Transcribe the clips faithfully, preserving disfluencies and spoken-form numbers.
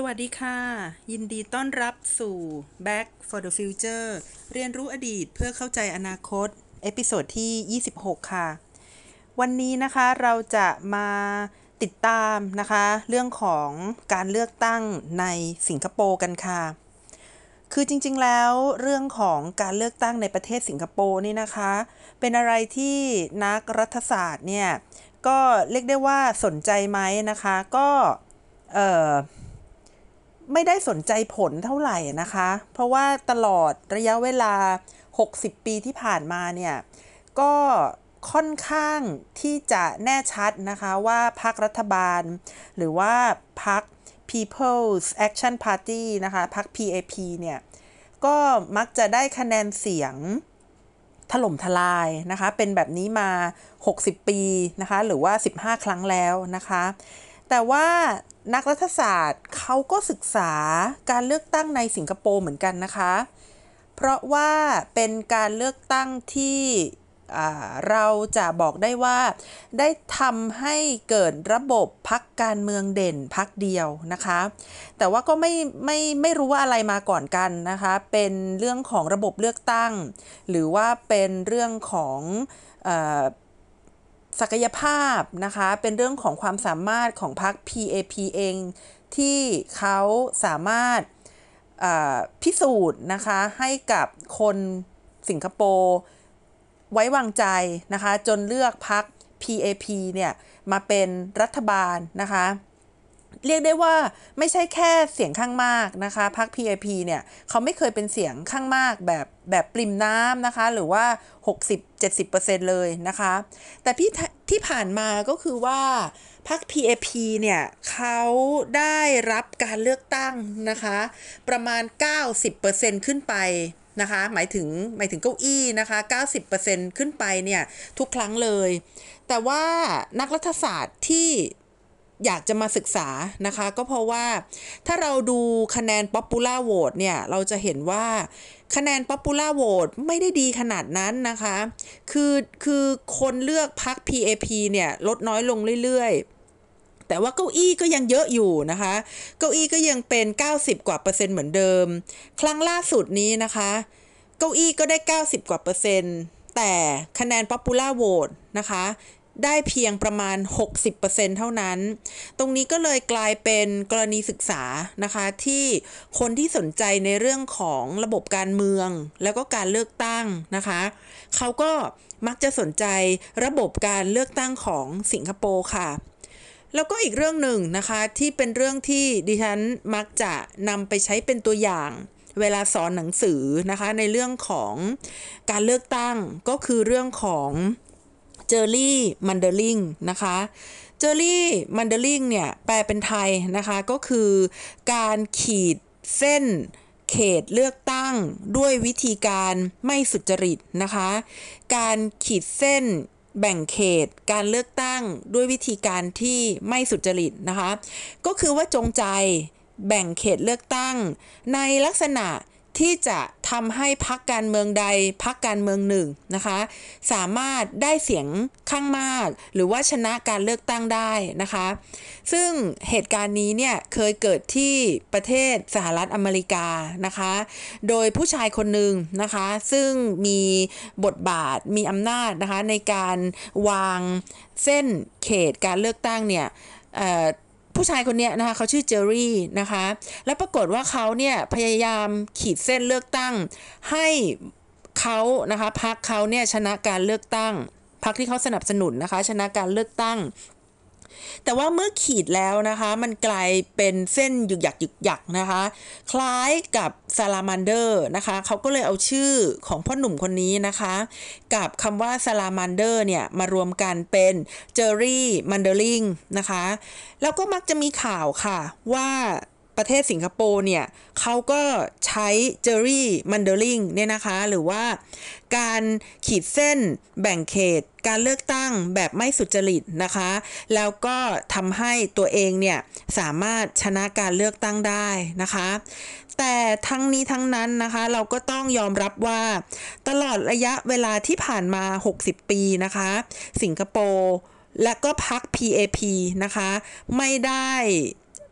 สวัสดีค่ะยินดีต้อนรับสู่ Back for the Future เรียนรู้อดีตเพื่อเข้าใจอนาคตเอพิโซดที่ยี่สิบหกค่ะวันนี้นะคะเราจะมาติดตามนะคะเรื่องของการเลือกตั้งในสิงคโปร์กันค่ะคือจริงๆแล้วเรื่องของการเลือกตั้งในประเทศสิงคโปร์นี่นะคะเป็นอะไรที่นักรัฐศาสตร์เนี่ยก็เรียกได้ว่าสนใจไหมนะคะก็เอ่อไม่ได้สนใจผลเท่าไหร่นะคะเพราะว่าตลอดระยะเวลาหกสิบปีที่ผ่านมาเนี่ยก็ค่อนข้างที่จะแน่ชัดนะคะว่าพรรครัฐบาลหรือว่าพรรค People's Action Party นะคะพรรค พี เอ พี เนี่ยก็มักจะได้คะแนนเสียงถล่มทลายนะคะเป็นแบบนี้มาหกสิบปีนะคะหรือว่าสิบห้าครั้งแล้วนะคะแต่ว่านักรัฐศาสตร์เขาก็ศึกษาการเลือกตั้งในสิงคโปร์เหมือนกันนะคะเพราะว่าเป็นการเลือกตั้งที่เราจะบอกได้ว่าได้ทำให้เกิดระบบพรรคการเมืองเด่นพรรคเดียวนะคะแต่ว่าก็ไม่ไม่ไม่รู้ว่าอะไรมาก่อนกันนะคะเป็นเรื่องของระบบเลือกตั้งหรือว่าเป็นเรื่องของเอ่อศักยภาพนะคะเป็นเรื่องของความสามารถของพรรค พี เอ พี เองที่เขาสามารถพิสูจน์นะคะให้กับคนสิงคโปร์ไว้วางใจนะคะจนเลือกพรรค พี เอ พี เนี่ยมาเป็นรัฐบาลนะคะเรียกได้ว่าไม่ใช่แค่เสียงข้างมากนะคะพรรค พี เอ พี เนี่ยเขาไม่เคยเป็นเสียงข้างมากแบบแบบปริ่มน้ำนะคะหรือว่า หกสิบถึงเจ็ดสิบเปอร์เซ็นต์ เลยนะคะแต่ที่ที่ผ่านมาก็คือว่าพรรค พี เอ พี เนี่ยเขาได้รับการเลือกตั้งนะคะประมาณ เก้าสิบเปอร์เซ็นต์ ขึ้นไปนะคะหมายถึงหมายถึงเก้าอี้นะคะ เก้าสิบเปอร์เซ็นต์ ขึ้นไปเนี่ยทุกครั้งเลยแต่ว่านักรัฐศาสตร์ที่อยากจะมาศึกษานะคะก็เพราะว่าถ้าเราดูคะแนน Popular Vote เนี่ยเราจะเห็นว่าคะแนน Popular Vote ไม่ได้ดีขนาดนั้นนะคะคือคือคนเลือกพรรค พี เอ พี เนี่ยลดน้อยลงเรื่อยๆแต่ว่าเก้าอี้ก็ยังเยอะอยู่นะคะเก้าอี้ก็ยังเป็นเก้าสิบกว่าเปอร์เซ็นต์เหมือนเดิมครั้งล่าสุดนี้นะคะเก้าอี้ก็ได้เก้าสิบกว่าเปอร์เซ็นต์แต่คะแนน Popular Vote นะคะได้เพียงประมาณ หกสิบเปอร์เซ็นต์ เท่านั้นตรงนี้ก็เลยกลายเป็นกรณีศึกษานะคะที่คนที่สนใจในเรื่องของระบบการเมืองแล้วก็การเลือกตั้งนะคะเขาก็มักจะสนใจระบบการเลือกตั้งของสิงคโปร์ค่ะแล้วก็อีกเรื่องหนึ่งนะคะที่เป็นเรื่องที่ดิฉันมักจะนำไปใช้เป็นตัวอย่างเวลาสอนหนังสือนะคะในเรื่องของการเลือกตั้งก็คือเรื่องของเจอรี่มันเดอริงนะคะเจอรี่มันเดอริงเนี่ยแปลเป็นไทยนะคะก็คือการขีดเส้นเขตเลือกตั้งด้วยวิธีการไม่สุจริตนะคะการขีดเส้นแบ่งเขตการเลือกตั้งด้วยวิธีการที่ไม่สุจริตนะคะก็คือว่าจงใจแบ่งเขตเลือกตั้งในลักษณะที่จะทำให้พรรคการเมืองใดพรรคการเมืองหนึ่งนะคะสามารถได้เสียงข้างมากหรือว่าชนะการเลือกตั้งได้นะคะซึ่งเหตุการณ์นี้เนี่ยเคยเกิดที่ประเทศสหรัฐอเมริกานะคะโดยผู้ชายคนหนึ่งนะคะซึ่งมีบทบาทมีอำนาจนะคะในการวางเส้นเขตการเลือกตั้งเนี่ยผู้ชายคนนี้นะคะเขาชื่อเจอรี่นะคะและปรากฏว่าเขาเนี่ยพยายามขีดเส้นเลือกตั้งให้เขานะคะพรรคเขาเนี่ยชนะการเลือกตั้งพรรคที่เขาสนับสนุนนะคะชนะการเลือกตั้งแต่ว่าเมื่อขีดแล้วนะคะมันกลายเป็นเส้นหยึกหยักหยึกหยักนะคะคล้ายกับซาลามันเดอร์นะคะเขาก็เลยเอาชื่อของพ่อหนุ่มคนนี้นะคะกับคำว่าซาลามันเดอร์เนี่ยมารวมกันเป็นเจอรี่มันเดอริงนะคะแล้วก็มักจะมีข่าวค่ะว่าประเทศสิงคโปร์เนี่ยเขาก็ใช้เจอรี่มันเดอริงเนี่ยนะคะหรือว่าการขีดเส้นแบ่งเขตการเลือกตั้งแบบไม่สุจริตนะคะแล้วก็ทำให้ตัวเองเนี่ยสามารถชนะการเลือกตั้งได้นะคะแต่ทั้งนี้ทั้งนั้นนะคะเราก็ต้องยอมรับว่าตลอดระยะเวลาที่ผ่านมาหกสิบปีนะคะสิงคโปร์และก็พรรค พี เอ พี นะคะไม่ได้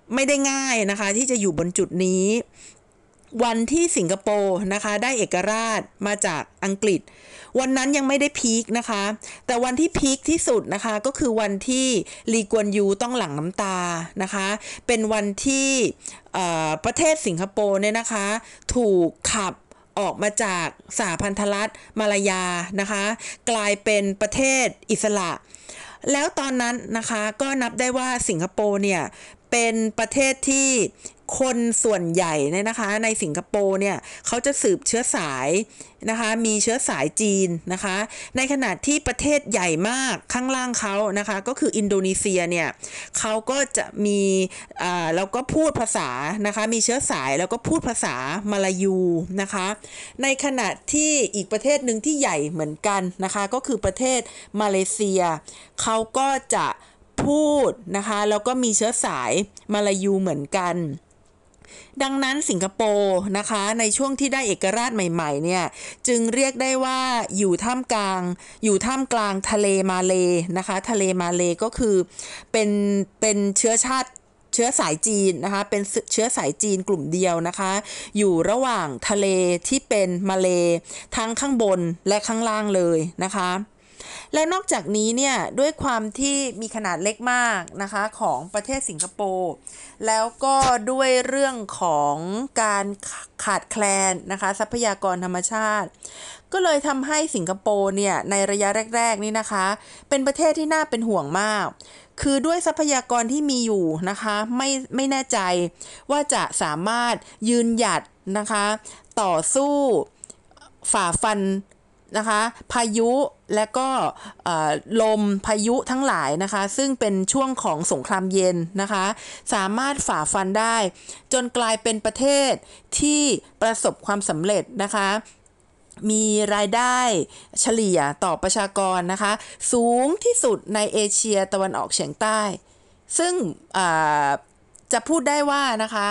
ไม่ได้ง่ายนะคะที่จะอยู่บนจุดนี้วันที่สิงคโปร์นะคะได้เอกราชมาจากอังกฤษวันนั้นยังไม่ได้พีคนะคะแต่วันที่พีคที่สุดนะคะก็คือวันที่ลีกวนยูต้องหลั่งน้ำตานะคะเป็นวันที่ประเทศสิงคโปร์เนี่ยนะคะถูกขับออกมาจากสหพันธรัฐมาลายานะคะกลายเป็นประเทศอิสระแล้วตอนนั้นนะคะก็นับได้ว่าสิงคโปร์เนี่ยเป็นประเทศที่คนส่วนใหญ่เนี่ยนะคะในสิงคโปร์เนี่ยเขาจะสืบเชื้อสายนะคะมีเชื้อสายจีนนะคะในขณะที่ประเทศใหญ่มากข้างล่างเขานะคะก็คืออินโดนีเซียเนี่ยเขาก็จะมีอ่าแล้วก็พูดภาษานะคะมีเชื้อสายแล้วก็พูดภาษามาลายูนะคะในขณะที่อีกประเทศหนึ่งที่ใหญ่เหมือนกันนะคะก็คือประเทศมาเลเซียเขาก็จะพูดนะคะแล้วก็มีเชื้อสายมาลายูเหมือนกันดังนั้นสิงคโปร์นะคะในช่วงที่ได้เอกราชใหม่ๆเนี่ยจึงเรียกได้ว่าอยู่ท่ามกลางอยู่ท่ามกลางทะเลมาเลนะคะทะเลมาเลก็คือเป็นเป็นเชื้อชาติเชื้อสายจีนนะคะเป็นเชื้อสายจีนกลุ่มเดียวนะคะอยู่ระหว่างทะเลที่เป็นมาเลทั้งข้างบนและข้างล่างเลยนะคะและนอกจากนี้เนี่ยด้วยความที่มีขนาดเล็กมากนะคะของประเทศสิงคโปร์แล้วก็ด้วยเรื่องของการขาดแคลนนะคะทรัพยากรธรรมชาติก็เลยทำให้สิงคโปร์เนี่ยในระยะแรกๆนี่นะคะเป็นประเทศที่น่าเป็นห่วงมากคือด้วยทรัพยากรที่มีอยู่นะคะไม่ไม่แน่ใจว่าจะสามารถยืนหยัดนะคะต่อสู้ฝ่าฟันนะคะพายุและก็ลมพายุทั้งหลายนะคะซึ่งเป็นช่วงของสงครามเย็นนะคะสามารถฝ่าฟันได้จนกลายเป็นประเทศที่ประสบความสำเร็จนะคะมีรายได้เฉลี่ยต่อประชากรนะคะสูงที่สุดในเอเชียตะวันออกเฉียงใต้ซึ่งจะพูดได้ว่านะคะ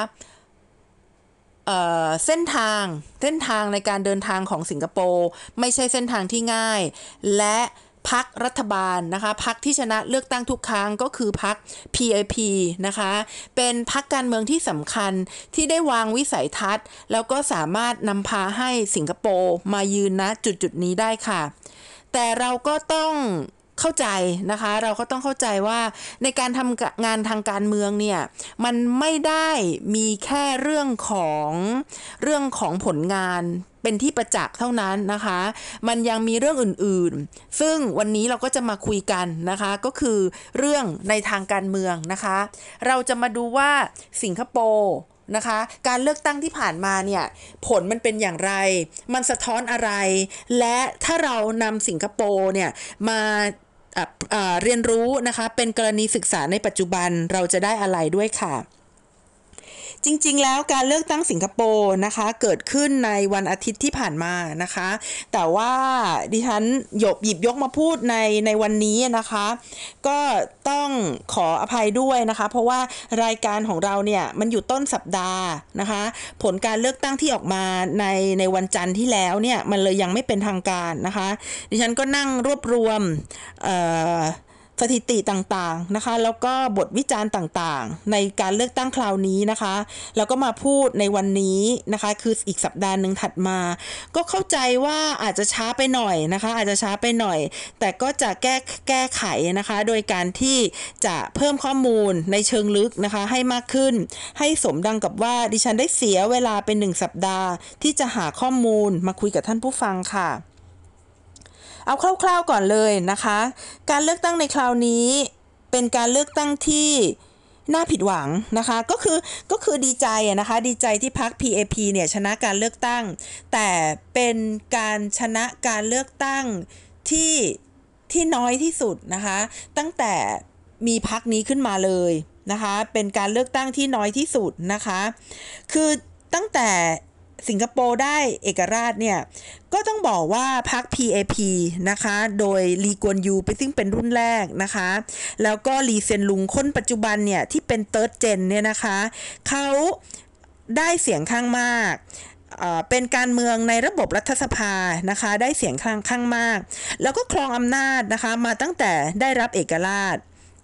เส้นทางเส้นทางในการเดินทางของสิงคโปร์ไม่ใช่เส้นทางที่ง่ายและพรรครัฐบาลนะคะพรรคที่ชนะเลือกตั้งทุกครั้งก็คือพรรค พี เอ พี นะคะเป็นพรรคการเมืองที่สำคัญที่ได้วางวิสัยทัศน์แล้วก็สามารถนำพาให้สิงคโปร์มายืนณจุดจุดนี้ได้ค่ะแต่เราก็ต้องเข้าใจนะคะเราก็ต้องเข้าใจว่าในการทำงานทางการเมืองเนี่ยมันไม่ได้มีแค่เรื่องของเรื่องของผลงานเป็นที่ประจักษ์เท่านั้นนะคะมันยังมีเรื่องอื่นๆซึ่งวันนี้เราก็จะมาคุยกันนะคะก็คือเรื่องในทางการเมืองนะคะเราจะมาดูว่าสิงคโปร์นะคะการเลือกตั้งที่ผ่านมาเนี่ยผลมันเป็นอย่างไรมันสะท้อนอะไรและถ้าเรานำสิงคโปร์เนี่ยมาเรียนรู้นะคะเป็นกรณีศึกษาในปัจจุบันเราจะได้อะไรด้วยค่ะจริงๆแล้วการเลือกตั้งสิงคโปร์นะคะเกิดขึ้นในวันอาทิตย์ที่ผ่านมานะคะแต่ว่าดิฉันหยบหยิบยกมาพูดในในวันนี้นะคะก็ต้องขออภัยด้วยนะคะเพราะว่ารายการของเราเนี่ยมันอยู่ต้นสัปดาห์นะคะผลการเลือกตั้งที่ออกมาในในวันจันทร์ที่แล้วเนี่ยมันเลยยังไม่เป็นทางการนะคะดิฉันก็นั่งรวบรวมเอ่อสถิติต่างๆนะคะแล้วก็บทวิจารณ์ต่างๆในการเลือกตั้งคราวนี้นะคะแล้วก็มาพูดในวันนี้นะคะคืออีกสัปดาห์หนึ่งถัดมาก็เข้าใจว่าอาจจะช้าไปหน่อยนะคะอาจจะช้าไปหน่อยแต่ก็จะแก้แก้ไขนะคะโดยการที่จะเพิ่มข้อมูลในเชิงลึกนะคะให้มากขึ้นให้สมดังกับว่าดิฉันได้เสียเวลาเป็นหนึ่งสัปดาห์ที่จะหาข้อมูลมาคุยกับท่านผู้ฟังค่ะเอาคร่าวๆก่อนเลยนะคะการเลือกตั้งในคราวนี้เป็นการเลือกตั้งที่น่าผิดหวังนะคะก็คือก็คือดีใจนะคะดีใจที่พรรค พี เอ พี เนี่ยชนะการเลือกตั้งแต่เป็นการชนะการเลือกตั้งที่ที่น้อยที่สุดนะคะตั้งแต่มีพรรคนี้ขึ้นมาเลยนะคะเป็นการเลือกตั้งที่น้อยที่สุดนะคะคือตั้งแต่สิงคโปร์ได้เอกราชเนี่ยก็ต้องบอกว่าพรรค พี เอ พี นะคะโดยลีกวนยูไปซึ่งเป็นรุ่นแรกนะคะแล้วก็ลีเซียนลุงคนปัจจุบันเนี่ยที่เป็นเติร์ดเจนเนี่ยนะคะเขาได้เสียงข้างมากเป็นการเมืองในระบบรัฐสภานะคะได้เสียงข้างข้างมากแล้วก็ครองอำนาจนะคะมาตั้งแต่ได้รับเอกราช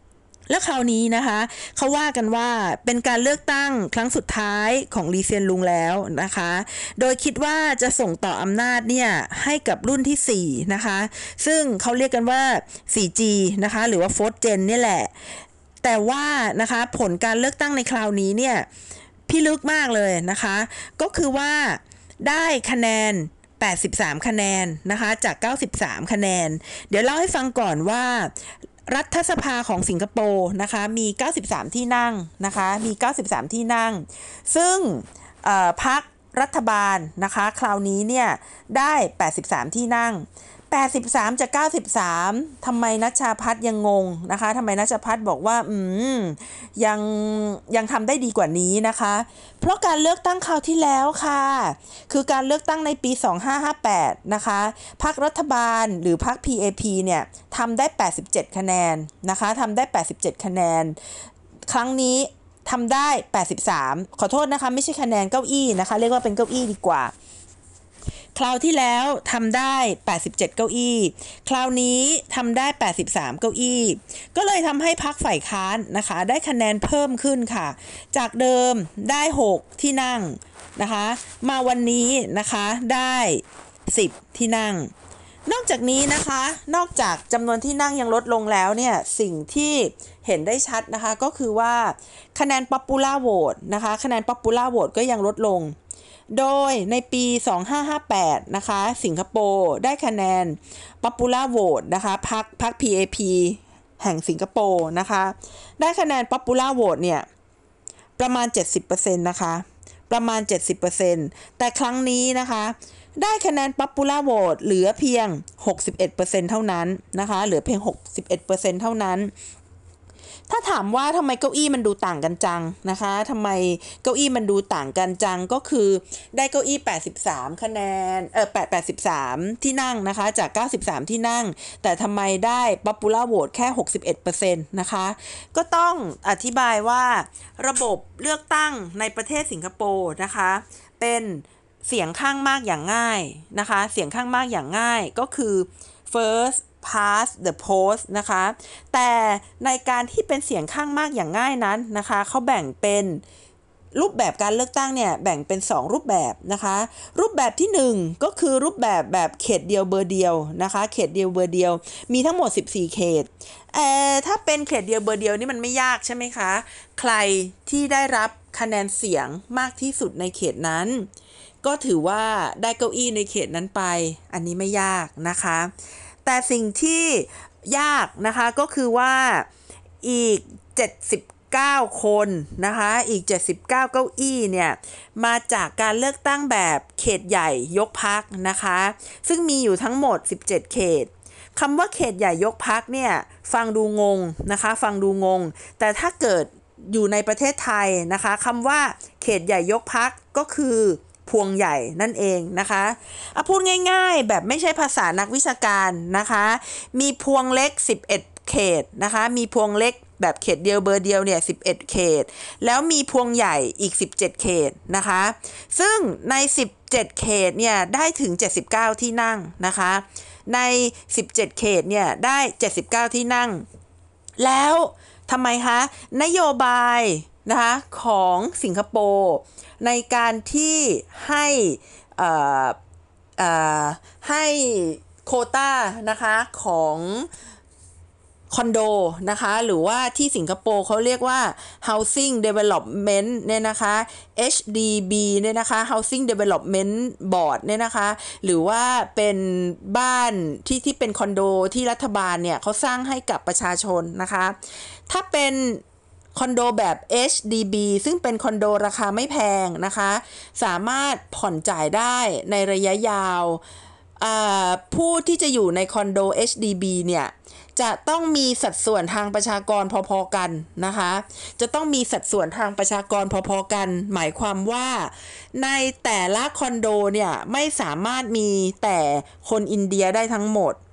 แล้วคราวนี้นะคะเขาว่ากันว่าเป็นการเลือกตั้งครั้งสุดท้ายของลีเซียนลุงแล้วนะคะโดยคิดว่าจะส่งต่ออำนาจเนี่ยให้กับรุ่นที่สี่นะคะซึ่งเขาเรียกกันว่า โฟร์จี นะคะหรือว่า Fourth Gen เนี่ยแหละแต่ว่านะคะผลการเลือกตั้งในคราวนี้เนี่ยพิลึกมากเลยนะคะก็คือว่าได้คะแนนแปดสิบสามคะแนนนะคะจากเก้าสิบสามคะแนนเดี๋ยวเล่าให้ฟังก่อนว่ารัฐสภาของสิงคโปร์นะคะมีเก้าสิบสามที่นั่งนะคะมีเก้าสิบสามที่นั่งซึ่งพรรครัฐบาลนะคะคราวนี้เนี่ยได้แปดสิบสามที่นั่งแปดสิบสามจากเก้าสิบสามทำไมณัชชาพัฒน์ยังงงนะคะทำไมณัชชาพัฒน์บอกว่าอืมยังยังทำได้ดีกว่านี้นะคะเพราะการเลือกตั้งคราวที่แล้วค่ะคือการเลือกตั้งในปีสองพันห้าร้อยห้าสิบแปดนะคะพรรครัฐบาลหรือพรรค พี เอ พี เนี่ยทำได้แปดสิบเจ็ดคะแนนนะคะทำได้แปดสิบเจ็ดคะแนนครั้งนี้ทำได้แปดสิบสามขอโทษนะคะไม่ใช่คะแนนเก้าอี้นะคะเรียกว่าเป็นเก้าอี้ดีกว่าคราวที่แล้วทำได้แปดสิบเจ็ดเก้าอี้คราวนี้ทำได้แปดสิบสามเก้าอี้ก็เลยทำให้พรรคฝ่ายค้านนะคะได้คะแนนเพิ่มขึ้นค่ะจากเดิมได้หกที่นั่งนะคะมาวันนี้นะคะได้สิบที่นั่งนอกจากนี้นะคะนอกจากจำนวนที่นั่งยังลดลงแล้วเนี่ยสิ่งที่เห็นได้ชัดนะคะก็คือว่าคะแนน Popular Vote นะคะคะแนน Popular Vote ก็ยังลดลงโดยในปีสองพันห้าร้อยห้าสิบแปดนะคะสิงคโปร์ได้คะแนน Popular Vote นะคะพรรคพรรค พี เอ พี แห่งสิงคโปร์นะคะได้คะแนน Popular Vote เนี่ยประมาณ เจ็ดสิบเปอร์เซ็นต์ นะคะประมาณ เจ็ดสิบเปอร์เซ็นต์ แต่ครั้งนี้นะคะได้คะแนน Popular Vote เหลือเพียง หกสิบเอ็ดเปอร์เซ็นต์ เท่านั้นนะคะเหลือเพียง หกสิบเอ็ดเปอร์เซ็นต์ เท่านั้นถ้าถามว่าทำไมเก้าอี้มันดูต่างกันจังนะคะทำไมเก้าอี้มันดูต่างกันจังก็คือได้เก้าอี้แปดสิบสามคะแนนเออแปดสิบสามที่นั่งนะคะจากเก้าสิบสามที่นั่งแต่ทำไมได้ Popular Vote แค่ หกสิบเอ็ดเปอร์เซ็นต์ นะคะก็ต้องอธิบายว่าระบบเลือกตั้งในประเทศสิงคโปร์นะคะเป็นเสียงข้างมากอย่างง่ายนะคะเสียงข้างมากอย่างง่ายก็คือ first past the post นะคะแต่ในการที่เป็นเสียงข้างมากอย่างง่ายนั้นนะคะเขาแบ่งเป็นรูปแบบการเลือกตั้งเนี่ยแบ่งเป็นสองรูปแบบนะคะรูปแบบที่หนึ่งก็คือรูปแบบแบบเขตเดียวเบอร์เดียวนะคะเขตเดียวเบอร์เดียวมีทั้งหมดสิบสี่เขตเอ่อถ้าเป็นเขตเดียวเบอร์เดียวนี่มันไม่ยากใช่ไหมคะใครที่ได้รับคะแนนเสียงมากที่สุดในเขตนั้นก็ถือว่าได้เก้าอี้ในเขตนั้นไปอันนี้ไม่ยากนะคะแต่สิ่งที่ยากนะคะก็คือว่าอีกเจ็ดสิบเก้าคนนะคะอีกเจ็ดสิบเก้าเก้าอี้เนี่ยมาจากการเลือกตั้งแบบเขตใหญ่ยกพรรคนะคะซึ่งมีอยู่ทั้งหมดสิบเจ็ดเขตคำว่าเขตใหญ่ยกพรรคเนี่ยฟังดูงงนะคะฟังดูงงแต่ถ้าเกิดอยู่ในประเทศไทยนะคะคำว่าเขตใหญ่ยกพรรคก็คือพวงใหญ่นั่นเองนะคะเอาพูดง่ายๆแบบไม่ใช่ภาษานักวิชาการนะคะมีพวงเล็กสิบเอ็ดเขตนะคะมีพวงเล็กแบบเขตเดียวเบอร์เดียวเนี่ยสิบเอ็ดเขตแล้วมีพวงใหญ่อีกสิบเจ็ดเขตนะคะซึ่งในสิบเจ็ดเขตเนี่ยได้ถึงเจ็ดสิบเก้าที่นั่งนะคะในสิบเจ็ดเขตเนี่ยได้เจ็ดสิบเก้าที่นั่งแล้วทำไมคะนโยบายนะคะของสิงคโปร์ในการที่ให้เอ่อเอ่อให้โควต้านะคะของคอนโดนะคะหรือว่าที่สิงคโปร์เขาเรียกว่า housing development เนี่ยนะคะ เอช ดี บี เนี่ยนะคะ housing development board เนี่ยนะคะหรือว่าเป็นบ้านที่ที่เป็นคอนโดที่รัฐบาลเนี่ยเขาสร้างให้กับประชาชนนะคะถ้าเป็นคอนโดแบบ เอช ดี บี ซึ่งเป็นคอนโดราคาไม่แพงนะคะสามารถผ่อนจ่ายได้ในระยะยาวผู้ที่จะอยู่ในคอนโด เอช ดี บี เนี่ยจะต้องมีสัดส่วนทางประชากรพอๆกันนะคะจะต้องมีสัดส่วนทางประชากรพอๆกันหมายความว่าในแต่ละคอนโดเนี่ยไม่สามารถมีแต่คนอินเดียได้ทั้งหมด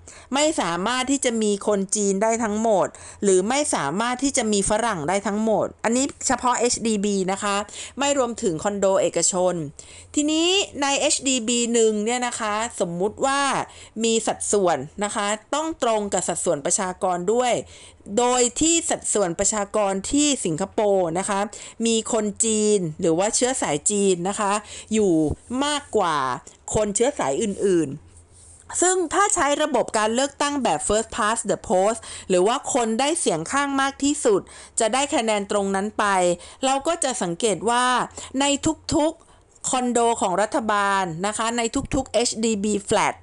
ไม่สามารถที่จะมีคนจีนได้ทั้งหมดหรือไม่สามารถที่จะมีฝรั่งได้ทั้งหมดอันนี้เฉพาะ เอช ดี บี นะคะไม่รวมถึงคอนโดเอกชนทีนี้ใน เอช ดี บี หนึ่งเนี่ยนะคะสมมุติว่ามีสัดส่วนนะคะต้องตรงกับสัดส่วนประชากรด้วยโดยที่สัดส่วนประชากรที่สิงคโปร์นะคะมีคนจีนหรือว่าเชื้อสายจีนนะคะอยู่มากกว่าคนเชื้อสายอื่นๆซึ่งถ้าใช้ระบบการเลือกตั้งแบบ first past the post หรือว่าคนได้เสียงข้างมากที่สุดจะได้คะแนนตรงนั้นไปเราก็จะสังเกตว่าในทุกๆคอนโดของรัฐบาลนะคะในทุกๆ เอช ดี บี flat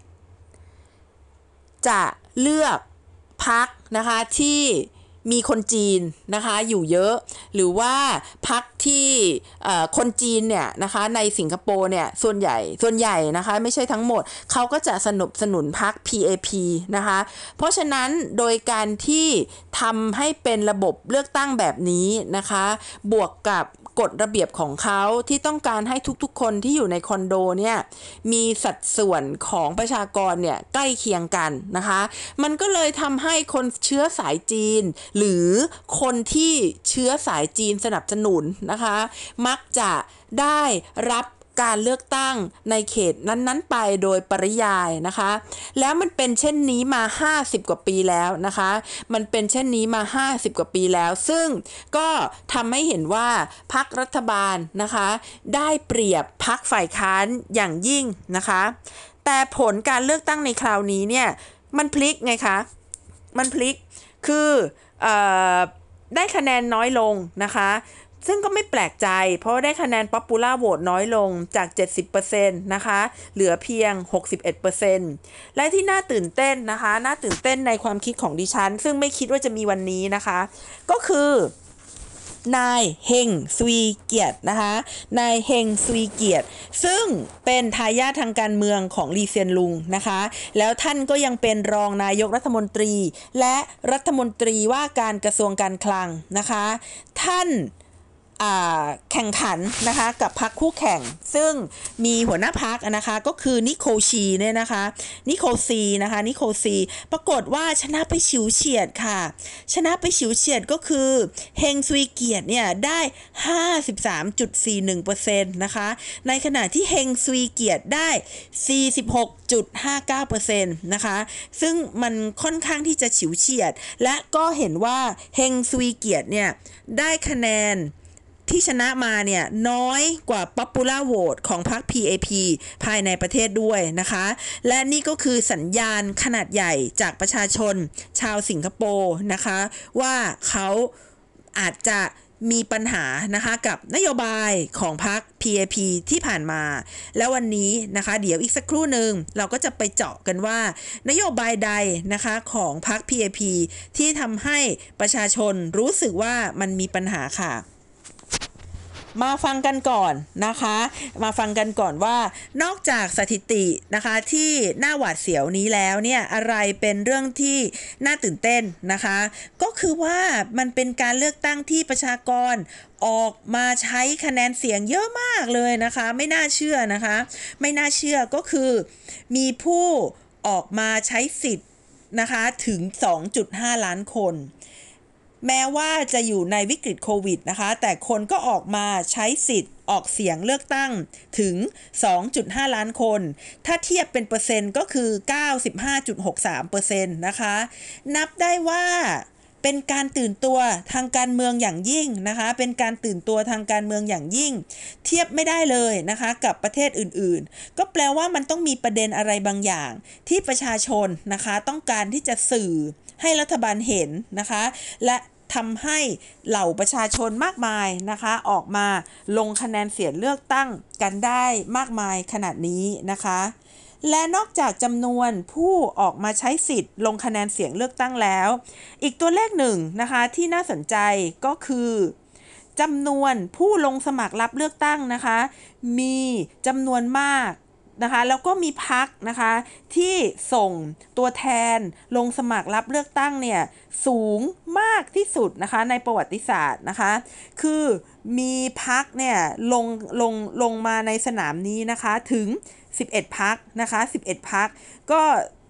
จะเลือกพรรคนะคะที่มีคนจีนนะคะอยู่เยอะหรือว่าพรรคที่คนจีนเนี่ยนะคะในสิงคโปร์เนี่ยส่วนใหญ่ส่วนใหญ่นะคะไม่ใช่ทั้งหมดเขาก็จะสนับสนุนพรรค พี เอ พี นะคะเพราะฉะนั้นโดยการที่ทำให้เป็นระบบเลือกตั้งแบบนี้นะคะบวกกับกฎระเบียบของเขาที่ต้องการให้ทุกๆคนที่อยู่ในคอนโดเนี่ยมีสัดส่วนของประชากรเนี่ยใกล้เคียงกันนะคะมันก็เลยทำให้คนเชื้อสายจีนหรือคนที่เชื้อสายจีนสนับสนุนนะคะมักจะได้รับการเลือกตั้งในเขตนั้นๆไปโดยปริยายนะคะแล้วมันเป็นเช่นนี้มาห้าสิบกว่าปีแล้วนะคะมันเป็นเช่นนี้มาห้าสิบกว่าปีแล้วซึ่งก็ทำให้เห็นว่าพรรครัฐบาลนะคะได้เปรียบพรรคฝ่ายค้านอย่างยิ่งนะคะแต่ผลการเลือกตั้งในคราวนี้เนี่ยมันพลิกไงคะมันพลิกคือเอ่อได้คะแนนน้อยลงนะคะซึ่งก็ไม่แปลกใจเพราะได้คะแนน Popular Vote น้อยลงจาก เจ็ดสิบเปอร์เซ็นต์ นะคะเหลือเพียง หกสิบเอ็ดเปอร์เซ็นต์ และที่น่าตื่นเต้นนะคะน่าตื่นเต้นในความคิดของดิฉันซึ่งไม่คิดว่าจะมีวันนี้นะคะก็คือนายเฮงซวีเกียรตินะคะนายเฮงซวีเกียรติซึ่งเป็นทายาททางการเมืองของลีเซียนลุงนะคะแล้วท่านก็ยังเป็นรองนายกรัฐมนตรีและรัฐมนตรีว่าการกระทรวงการคลังนะคะท่านแข่งขันนะคะกับพรรคคู่แข่งซึ่งมีหัวหน้าพรรคนะคะก็คือนิโคชีเนี่ยนะคะนิโคซีนะคะนิโคซีปรากฏว่าชนะไปฉิวเฉียดค่ะชนะไปฉิวเฉียดก็คือเฮงซวีเกียรติเนี่ยได้ ห้าสิบสามจุดสี่หนึ่งเปอร์เซ็นต์ นะคะในขณะที่เฮงซวีเกียรติได้ สี่สิบหกจุดห้าเก้าเปอร์เซ็นต์ นะคะซึ่งมันค่อนข้างที่จะฉิวเฉียดและก็เห็นว่าเฮงซวีเกียรติเนี่ยได้คะแนนที่ชนะมาเนี่ยน้อยกว่า Popular Vote ของพรรค พี เอ พี ภายในประเทศด้วยนะคะและนี่ก็คือสัญญาณขนาดใหญ่จากประชาชนชาวสิงคโปร์นะคะว่าเขาอาจจะมีปัญหานะคะกับนโยบายของพรรค พี เอ พี ที่ผ่านมาแล้ววันนี้นะคะเดี๋ยวอีกสักครู่หนึ่งเราก็จะไปเจาะกันว่านโยบายใดนะคะของพรรค พี เอ พี ที่ทำให้ประชาชนรู้สึกว่ามันมีปัญหาค่ะมาฟังกันก่อนนะคะมาฟังกันก่อนว่านอกจากสถิตินะคะที่น่าหวาดเสียวนี้แล้วเนี่ยอะไรเป็นเรื่องที่น่าตื่นเต้นนะคะก็คือว่ามันเป็นการเลือกตั้งที่ประชากรออกมาใช้คะแนนเสียงเยอะมากเลยนะคะไม่น่าเชื่อนะคะไม่น่าเชื่อก็คือมีผู้ออกมาใช้สิทธิ์นะคะถึง สองจุดห้า ล้านคนแม้ว่าจะอยู่ในวิกฤตโควิดนะคะแต่คนก็ออกมาใช้สิทธิ์ออกเสียงเลือกตั้งถึง สองจุดห้า ล้านคนถ้าเทียบเป็นเปอร์เซ็นต์ก็คือ เก้าสิบห้าจุดหกสามเปอร์เซ็นต์ นะคะนับได้ว่าเป็นการตื่นตัวทางการเมืองอย่างยิ่งนะคะเป็นการตื่นตัวทางการเมืองอย่างยิ่งเทียบไม่ได้เลยนะคะกับประเทศอื่นๆก็แปลว่ามันต้องมีประเด็นอะไรบางอย่างที่ประชาชนนะคะต้องการที่จะสื่อให้รัฐบาลเห็นนะคะและทำให้เหล่าประชาชนมากมายนะคะออกมาลงคะแนนเสียงเลือกตั้งกันได้มากมายขนาดนี้นะคะและนอกจากจำนวนผู้ออกมาใช้สิทธิ์ลงคะแนนเสียงเลือกตั้งแล้วอีกตัวเลขหนึ่งนะคะที่น่าสนใจก็คือจำนวนผู้ลงสมัครรับเลือกตั้งนะคะมีจำนวนมากนะคะแล้วก็มีพรรคนะคะที่ส่งตัวแทนลงสมัครรับเลือกตั้งเนี่ยสูงมากที่สุดนะคะในประวัติศาสตร์นะคะคือมีพรรคเนี่ยลงลงลงมาในสนามนี้นะคะถึงสิบเอ็ดพรรคนะคะสิบเอ็ดพรรคก็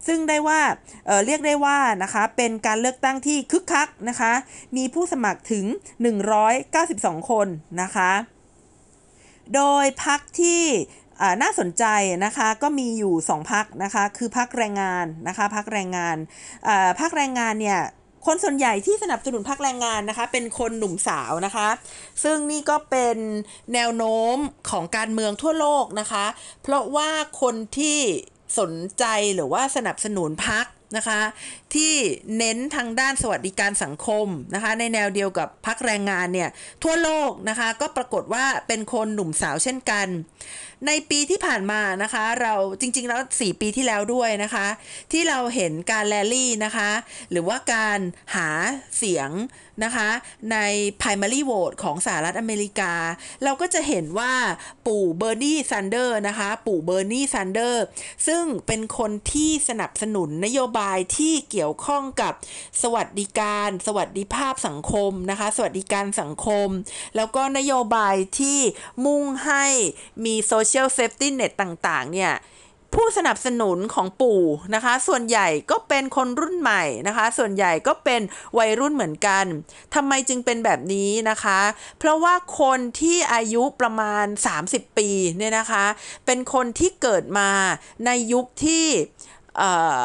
ซึ่งได้ว่าเอ่อเรียกได้ว่านะคะเป็นการเลือกตั้งที่คึกคักนะคะมีผู้สมัครถึงหนึ่งร้อยเก้าสิบสองคนนะคะโดยพรรคที่น่าสนใจนะคะก็มีอยู่สองพรรคนะคะคือพรรคแรงงานนะคะพรรคแรงงานพรรคแรงงานเนี่ยคนส่วนใหญ่ที่สนับสนุนพรรคแรงงานนะคะเป็นคนหนุ่มสาวนะคะซึ่งนี่ก็เป็นแนวโน้มของการเมืองทั่วโลกนะคะเพราะว่าคนที่สนใจหรือว่าสนับสนุนพรรคนะคะที่เน้นทางด้านสวัสดิการสังคมนะคะในแนวเดียวกับพรรคแรงงานเนี่ยทั่วโลกนะคะก็ปรากฏว่าเป็นคนหนุ่มสาวเช่นกันในปีที่ผ่านมานะคะเราจริงๆแล้วสี่ปีที่แล้วด้วยนะคะที่เราเห็นการแรลลี่นะคะหรือว่าการหาเสียงนะคะใน primary vote ของสหรัฐอเมริกาเราก็จะเห็นว่าปู่เบอร์นีแซนเดอร์นะคะปู่เบอร์นีแซนเดอร์ซึ่งเป็นคนที่สนับสนุนนโยบายที่เกี่ยวข้องกับสวัสดิการสวัสดิภาพสังคมนะคะสวัสดิการสังคมแล้วก็นโยบายที่มุ่งให้มี social safety net ต่างๆเนี่ยผู้สนับสนุนของปู่นะคะส่วนใหญ่ก็เป็นคนรุ่นใหม่นะคะส่วนใหญ่ก็เป็นวัยรุ่นเหมือนกันทำไมจึงเป็นแบบนี้นะคะเพราะว่าคนที่อายุประมาณสามสิบปีเนี่ยนะคะเป็นคนที่เกิดมาในยุคที่เอ่อ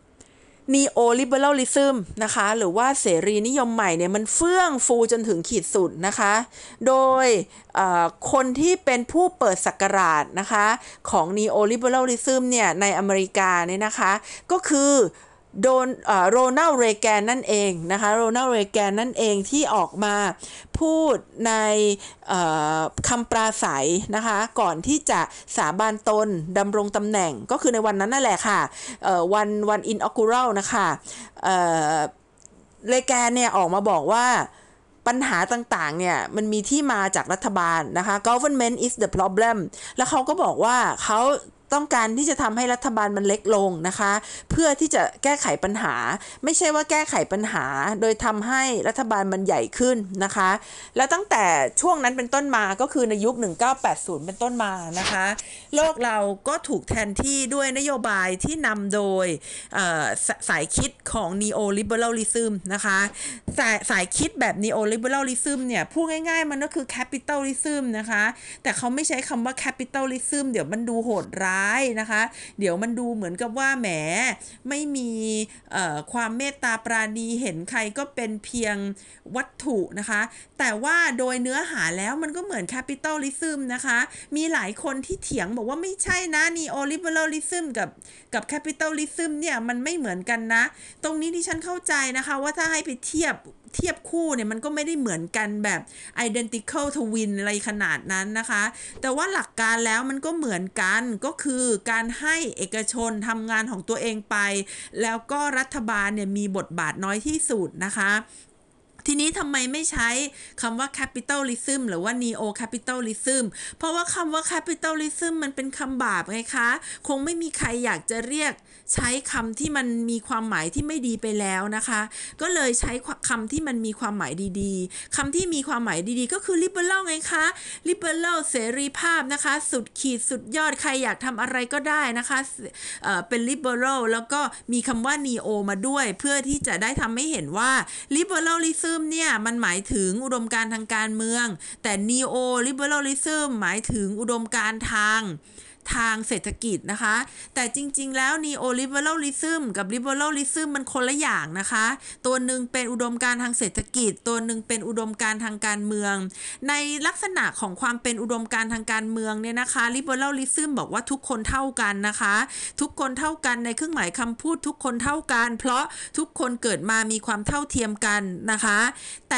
Neo-liberalism นะคะหรือว่าเสรีนิยมใหม่เนี่ยมันเฟื่องฟูจนถึงขีดสุดนะคะโดยคนที่เป็นผู้เปิดศักราชนะคะของ Neo-liberalism เนี่ยในอเมริกาเนี่ยนะคะก็คือโดนโรนัลด์ เรแกนนั่นเองนะคะโรนัลด์ เรแกนนั่นเองที่ออกมาพูดในคำปราศัยนะคะก่อนที่จะสาบานตนดำรงตำแหน่งก็คือในวันนั้นนั่นแหละค่ะวันวันอินออกูรัลนะคะเรแกนเนี่ยออกมาบอกว่าปัญหาต่างๆเนี่ยมันมีที่มาจากรัฐบาลนะคะ government is the problem แล้วเขาก็บอกว่าเขาต้องการที่จะทำให้รัฐบาลมันเล็กลงนะคะเพื่อที่จะแก้ไขปัญหาไม่ใช่ว่าแก้ไขปัญหาโดยทำให้รัฐบาลมันใหญ่ขึ้นนะคะแล้วตั้งแต่ช่วงนั้นเป็นต้นมาก็คือในยุคหนึ่งเก้าแปดศูนย์เป็นต้นมานะคะโลกเราก็ถูกแทนที่ด้วยนโยบายที่นำโดยส, สายคิดของ Neo-liberalism นะคะสายสายคิดแบบ Neo-liberalism เนี่ยพูดง่ายๆมันก็คือ capitalism นะคะแต่เขาไม่ใช้คำว่า capitalism เดี๋ยวมันดูโหดร้ายนะคะเดี๋ยวมันดูเหมือนกับว่าแหมไม่มีความเมตตาปราณีเห็นใครก็เป็นเพียงวัตถุนะคะแต่ว่าโดยเนื้อหาแล้วมันก็เหมือน capitalism นะคะมีหลายคนที่เถียงบอกว่าไม่ใช่นะ neo-liberalism กับกับ capitalism เนี่ยมันไม่เหมือนกันนะตรงนี้ที่ฉันเข้าใจนะคะว่าถ้าให้ไปเทียบเทียบคู่เนี่ยมันก็ไม่ได้เหมือนกันแบบ identical twin อะไรขนาดนั้นนะคะแต่ว่าหลักการแล้วมันก็เหมือนกันก็คือการให้เอกชนทำงานของตัวเองไปแล้วก็รัฐบาลเนี่ยมีบทบาทน้อยที่สุดนะคะทีนี้ทำไมไม่ใช้คำว่า capitalism หรือว่า neo capitalism เพราะว่าคำว่า capitalism มันเป็นคำบาปไงคะคงไม่มีใครอยากจะเรียกใช้คำที่มันมีความหมายที่ไม่ดีไปแล้วนะคะก็เลยใช้คำที่มันมีความหมายดีๆคำที่มีความหมายดีๆก็คือ liberal ไงคะ liberal เสรีภาพนะคะสุดขีดสุดยอดใครอยากทำอะไรก็ได้นะคะเอ่อเป็น liberal แล้วก็มีคำว่า neo มาด้วยเพื่อที่จะได้ทำให้เห็นว่า liberalismเนี่ยมันหมายถึงอุดมการณ์ทางการเมืองแต่ neo liberalism หมายถึงอุดมการณ์ทางทางเศรษฐกิจนะคะแต่จริงๆแล้ว neo liberalism กับ liberalism มันคนละอย่างนะคะตัวหนึ่งเป็นอุดมการณ์ทางเศรษฐกิจตัวหนึ่งเป็นอุดมการณ์ทางการเมืองในลักษณะของความเป็นอุดมการณ์ทางการเมืองเนี่ยนะคะ liberalism บอกว่าทุกคนเท่ากันนะคะทุกคนเท่ากันในเครื่องหมายคำพูดทุกคนเท่ากันเพราะทุกคนเกิดมามีความเท่าเทียมกันนะคะแต่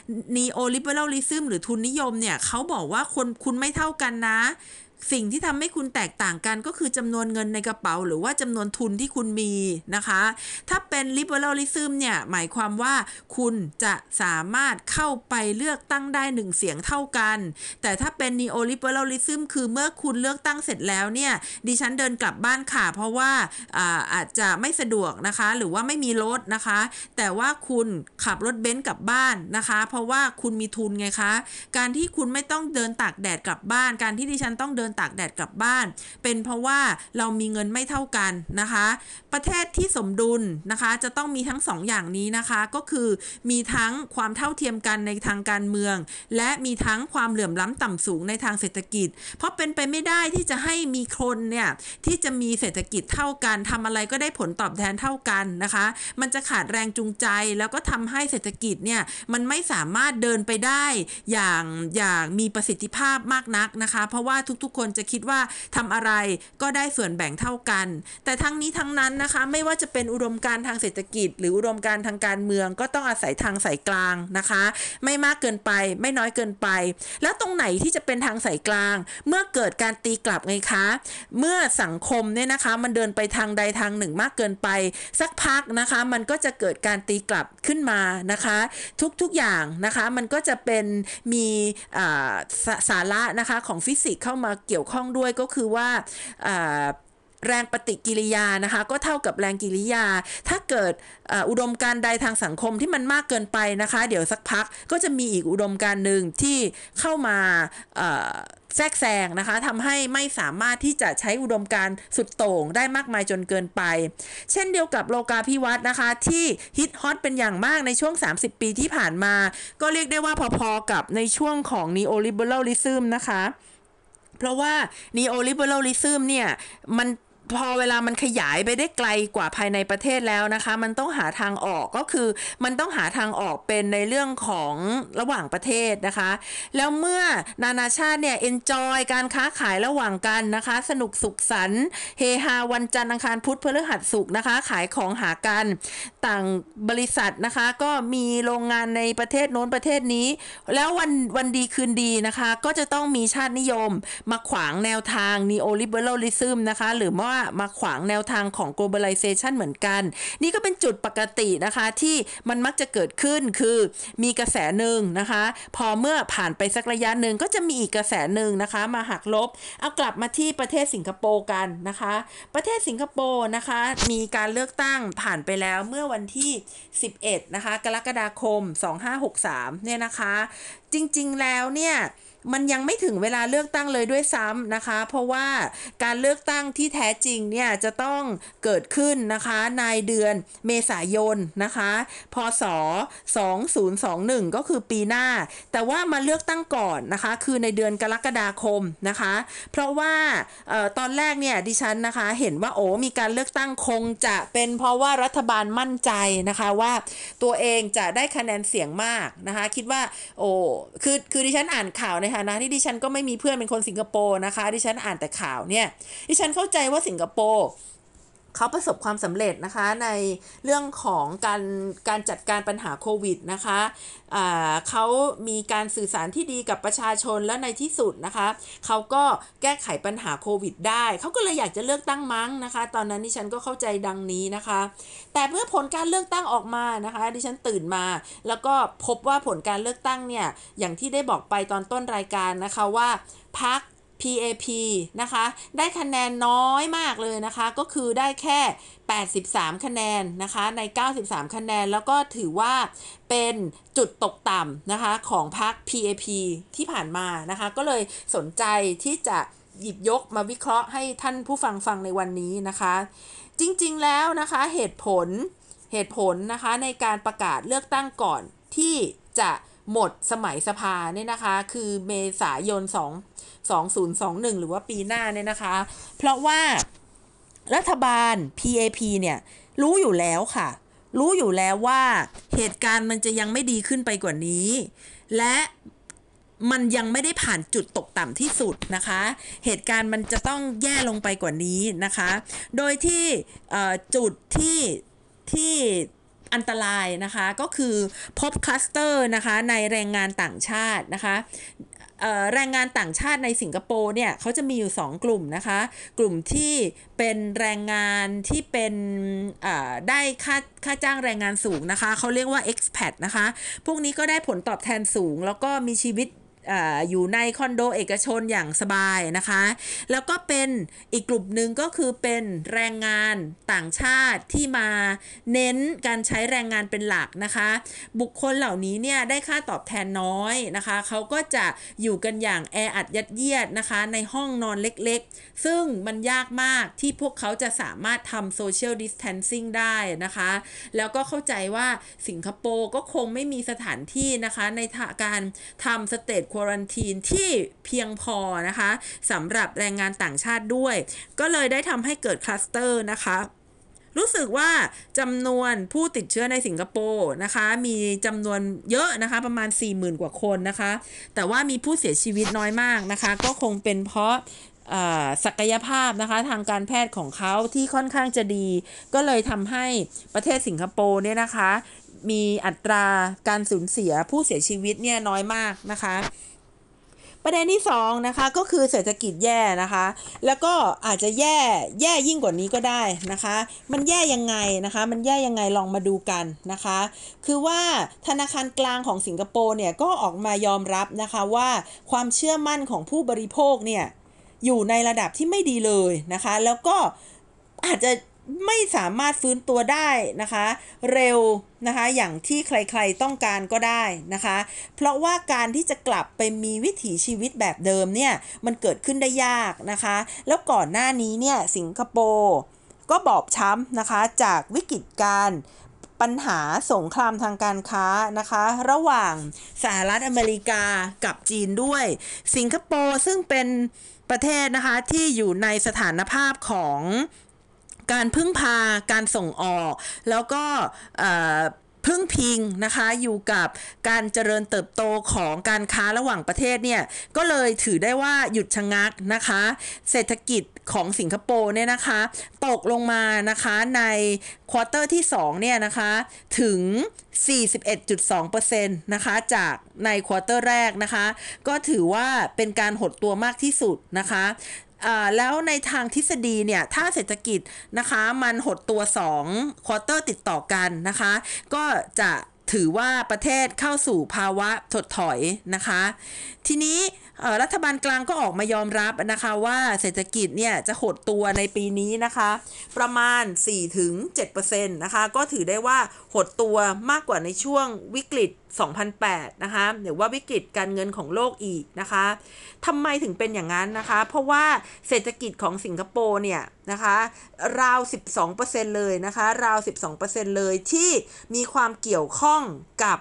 neo liberalism หรือทุนนิยมเนี่ยเขาบอกว่าคนคุณไม่เท่ากันนะสิ่งที่ทำให้คุณแตกต่างกันก็คือจำนวนเงินในกระเป๋าหรือว่าจำนวนทุนที่คุณมีนะคะถ้าเป็น liberalism เนี่ยหมายความว่าคุณจะสามารถเข้าไปเลือกตั้งได้หนึ่งเสียงเท่ากันแต่ถ้าเป็น neo liberalism คือเมื่อคุณเลือกตั้งเสร็จแล้วเนี่ยดิฉันเดินกลับบ้านค่ะเพราะว่าอาอาจจะไม่สะดวกนะคะหรือว่าไม่มีรถนะคะแต่ว่าคุณขับรถเบนซ์กลับบ้านนะคะเพราะว่าคุณมีทุนไงคะการที่คุณไม่ต้องเดินตากแดดกลับบ้านการที่ดิฉันต้องเดินนตากแดดกลับบ้านเป็นเพราะว่าเรามีเงินไม่เท่ากันนะคะประเทศที่สมดุลนะคะจะต้องมีทั้งสองอย่างนี้นะคะก็คือมีทั้งความเท่าเทียมกันในทางการเมืองและมีทั้งความเหลื่อมล้ำต่ำสูงในทางเศรษฐกิจเพราะเป็นไปไม่ได้ที่จะให้มีคนเนี่ยที่จะมีเศรษฐกิจเท่ากันทำอะไรก็ได้ผลตอบแทนเท่ากันนะคะมันจะขาดแรงจูงใจแล้วก็ทำให้เศรษฐกิจเนี่ยมันไม่สามารถเดินไปได้อย่างอย่างมีประสิทธิภาพมากนักนะคะเพราะว่าทุกๆคนจะคิดว่าทำอะไรก็ได้ส่วนแบ่งเท่ากันแต่ทั้งนี้ทั้งนั้นนะคะไม่ว่าจะเป็นอุดมการณ์ทางเศรษฐกิจหรืออุดมการณ์ทางการเมืองก็ต้องอาศัยทางสายกลางนะคะไม่มากเกินไปไม่น้อยเกินไปแล้วตรงไหนที่จะเป็นทางสายกลางเมื่อเกิดการตีกลับไงคะเมื่อสังคมเนี่ยนะคะมันเดินไปทางใดทางหนึ่งมากเกินไปสักพักนะคะมันก็จะเกิดการตีกลับขึ้นมานะคะทุกๆอย่างนะคะมันก็จะเป็นมีส, สาระนะคะของฟิสิกส์เข้ามาเกี่ยวข้องด้วยก็คือว่าแรงปฏิกิริยานะคะก็เท่ากับแรงกิริยาถ้าเกิดอุดมการณ์ใดทางสังคมที่มันมากเกินไปนะคะเดี๋ยวสักพักก็จะมีอีกอุดมการณ์หนึ่งที่เข้ามาแทรกแซงนะคะทำให้ไม่สามารถที่จะใช้อุดมการณ์สุดโต่งได้มากมายจนเกินไปเช่นเดียวกับโลกาภิวัตน์นะคะที่ฮิตฮอตเป็นอย่างมากในช่วงสามสิบปีที่ผ่านมาก็เรียกได้ว่าพอๆกับในช่วงของ Neoliberalism นะคะเพราะว่า Neoliberalism เนี่ยมันพอเวลามันขยายไปได้ไกลกว่าภายในประเทศแล้วนะคะมันต้องหาทางออกก็คือมันต้องหาทางออกเป็นในเรื่องของระหว่างประเทศนะคะแล้วเมื่อนานาชาติเนี่ยเอนจอยการค้าขายระหว่างกันนะคะสนุกสุขสันต์เฮฮาวันจันทร์อังคารพุธพฤหัสศุกร์นะคะขายของหากันต่างบริษัทนะคะก็มีโรงงานในประเทศโน้นประเทศนี้แล้ววันวันดีคืนดีนะคะก็จะต้องมีชาตินิยมมาขวางแนวทาง Neoliberalism นะคะหรือว่ามาขวางแนวทางของ globalization เหมือนกันนี่ก็เป็นจุดปกตินะคะที่มันมักจะเกิดขึ้นคือมีกระแสหนึ่งนะคะพอเมื่อผ่านไปสักระยะหนึ่งก็จะมีอีกกระแสหนึ่งนะคะมาหักลบเอากลับมาที่ประเทศสิงคโปร์กันนะคะประเทศสิงคโปร์นะคะมีการเลือกตั้งผ่านไปแล้วเมื่อวันที่สิบเอ็ดนะคะกรกฎาคมสองพันห้าร้อยหกสิบสามเนี่ยนะคะจริงๆแล้วเนี่ยมันยังไม่ถึงเวลาเลือกตั้งเลยด้วยซ้ำนะคะเพราะว่าการเลือกตั้งที่แท้จริงเนี่ยจะต้องเกิดขึ้นนะคะในเดือนเมษายนนะคะพศสองพันยี่สิบเอ็ดก็คือปีหน้าแต่ว่ามาเลือกตั้งก่อนนะคะคือในเดือนกรกฎาคมนะคะเพราะว่าเอ่อตอนแรกเนี่ยดิฉันนะคะเห็นว่าโอ้มีการเลือกตั้งคงจะเป็นเพราะว่ารัฐบาลมั่นใจนะคะว่าตัวเองจะได้คะแนนเสียงมากนะคะคิดว่าโอ้คือคือดิฉันอ่านข่าวในฐานะที่ดิฉันก็ไม่มีเพื่อนเป็นคนสิงคโปร์นะคะดิฉันอ่านแต่ข่าวเนี่ยดิฉันเข้าใจว่าสิงคโปร์เขาประสบความสำเร็จนะคะในเรื่องของการการจัดการปัญหาโควิดนะคะอ่าเขามีการสื่อสารที่ดีกับประชาชนและในที่สุดนะคะเขาก็แก้ไขปัญหาโควิดได้เขาก็เลยอยากจะเลือกตั้งมั้งนะคะตอนนั้นดิฉันก็เข้าใจดังนี้นะคะแต่เมื่อผลการเลือกตั้งออกมานะคะดิฉันตื่นมาแล้วก็พบว่าผลการเลือกตั้งเนี่ยอย่างที่ได้บอกไปตอนต้นรายการนะคะว่าพรรคพี เอ พี นะคะได้คะแนนน้อยมากเลยนะคะก็คือได้แค่แปดสิบสามคะแนนนะคะในเก้าสิบสามคะแนนแล้วก็ถือว่าเป็นจุดตกต่ำนะคะของพรรค พี เอ พี ที่ผ่านมานะคะก็เลยสนใจที่จะหยิบยกมาวิเคราะห์ให้ท่านผู้ฟังฟังในวันนี้นะคะจริงๆแล้วนะคะเหตุผลเหตุผลนะคะในการประกาศเลือกตั้งก่อนที่จะหมดสมัยสภาเนี่ยนะคะคือเมษายนสองพันยี่สิบเอ็ดหรือว่าปีหน้าเนี่ยนะคะเพราะว่ารัฐบาล พี เอ พี เนี่ยรู้อยู่แล้วค่ะรู้อยู่แล้วว่าเหตุการณ์มันจะยังไม่ดีขึ้นไปกว่านี้และมันยังไม่ได้ผ่านจุดตกต่ำที่สุดนะคะเหตุการณ์มันจะต้องแย่ลงไปกว่านี้นะคะโดยที่จุดที่ที่อันตรายนะคะก็คือพบคลัสเตอร์นะคะในแรงงานต่างชาตินะคะแรงงานต่างชาติในสิงคโปร์เนี่ยเขาจะมีอยู่สองกลุ่มนะคะกลุ่มที่เป็นแรงงานที่เป็นได้ค่าค่าจ้างแรงงานสูงนะคะเขาเรียกว่า expat นะคะพวกนี้ก็ได้ผลตอบแทนสูงแล้วก็มีชีวิตอ่าอยู่ในคอนโดเอกชนอย่างสบายนะคะแล้วก็เป็นอีกกลุ่มหนึ่งก็คือเป็นแรงงานต่างชาติที่มาเน้นการใช้แรงงานเป็นหลักนะคะบุคคลเหล่านี้เนี่ยได้ค่าตอบแทนน้อยนะคะเขาก็จะอยู่กันอย่างแออัดยัดเยียดนะคะในห้องนอนเล็กๆซึ่งมันยากมากที่พวกเขาจะสามารถทำโซเชียลดิสแทนซิ่งได้นะคะแล้วก็เข้าใจว่าสิงคโปร์ก็คงไม่มีสถานที่นะคะในการทำสเตทควอรันทีนที่เพียงพอนะคะสำหรับแรงงานต่างชาติด้วยก็เลยได้ทำให้เกิดคลัสเตอร์นะคะรู้สึกว่าจำนวนผู้ติดเชื้อในสิงคโปร์นะคะมีจำนวนเยอะนะคะประมาณ สี่หมื่น กว่าคนนะคะแต่ว่ามีผู้เสียชีวิตน้อยมากนะคะก็คงเป็นเพราะศักยภาพนะคะทางการแพทย์ของเขาที่ค่อนข้างจะดีก็เลยทำให้ประเทศสิงคโปร์เนี่ยนะคะมีอัตราการสูญเสียผู้เสียชีวิตเนี่ยน้อยมากนะคะประเด็นที่สองนะคะก็คือเศรษฐกิจแย่นะคะแล้วก็อาจจะแย่แย่ยิ่งกว่านี้ก็ได้นะคะมันแย่ยังไงนะคะมันแย่ยังไงลองมาดูกันนะคะคือว่าธนาคารกลางของสิงคโปร์เนี่ยก็ออกมายอมรับนะคะว่าความเชื่อมั่นของผู้บริโภคเนี่ยอยู่ในระดับที่ไม่ดีเลยนะคะแล้วก็อาจจะไม่สามารถฟื้นตัวได้นะคะเร็วนะคะอย่างที่ใครๆต้องการก็ได้นะคะเพราะว่าการที่จะกลับไปมีวิถีชีวิตแบบเดิมเนี่ยมันเกิดขึ้นได้ยากนะคะแล้วก่อนหน้านี้เนี่ยสิงคโปร์ก็บอบช้ำนะคะจากวิกฤตการปัญหาสงครามทางการค้านะคะระหว่างสหรัฐอเมริกากับจีนด้วยสิงคโปร์ซึ่งเป็นประเทศนะคะที่อยู่ในสถานภาพของการพึ่งพาการส่งออกแล้วก็พึ่งพิงนะคะอยู่กับการเจริญเติบโตของการค้าระหว่างประเทศเนี่ยก็เลยถือได้ว่าหยุดชะงักนะคะเศรษฐกิจของสิงคโปร์เนี่ยนะคะตกลงมานะคะในควอเตอร์ที่สองเนี่ยนะคะถึง สี่สิบเอ็ดจุดสองเปอร์เซ็นต์ นะคะจากในควอเตอร์แรกนะคะก็ถือว่าเป็นการหดตัวมากที่สุดนะคะแล้วในทางทฤษฎีเนี่ยถ้าเศรษฐกิจนะคะมันหดตัวสองควอเตอร์ติดต่อกันนะคะก็จะถือว่าประเทศเข้าสู่ภาวะถดถอยนะคะทีนี้รัฐบาลกลางก็ออกมายอมรับนะคะว่าเศรษฐกิจเนี่ยจะหดตัวในปีนี้นะคะประมาณ สี่ถึงเจ็ดเปอร์เซ็นต์ นะคะก็ถือได้ว่าหดตัวมากกว่าในช่วงวิกฤตสองพันแปดนะคะหรือว่าวิกฤตการเงินของโลกอีกนะคะทำไมถึงเป็นอย่างนั้นนะคะเพราะว่าเศรษฐกิจของสิงคโปร์เนี่ยนะคะราว สิบสองเปอร์เซ็นต์ เลยนะคะราว สิบสองเปอร์เซ็นต์ เลยที่มีความเกี่ยวข้องกับ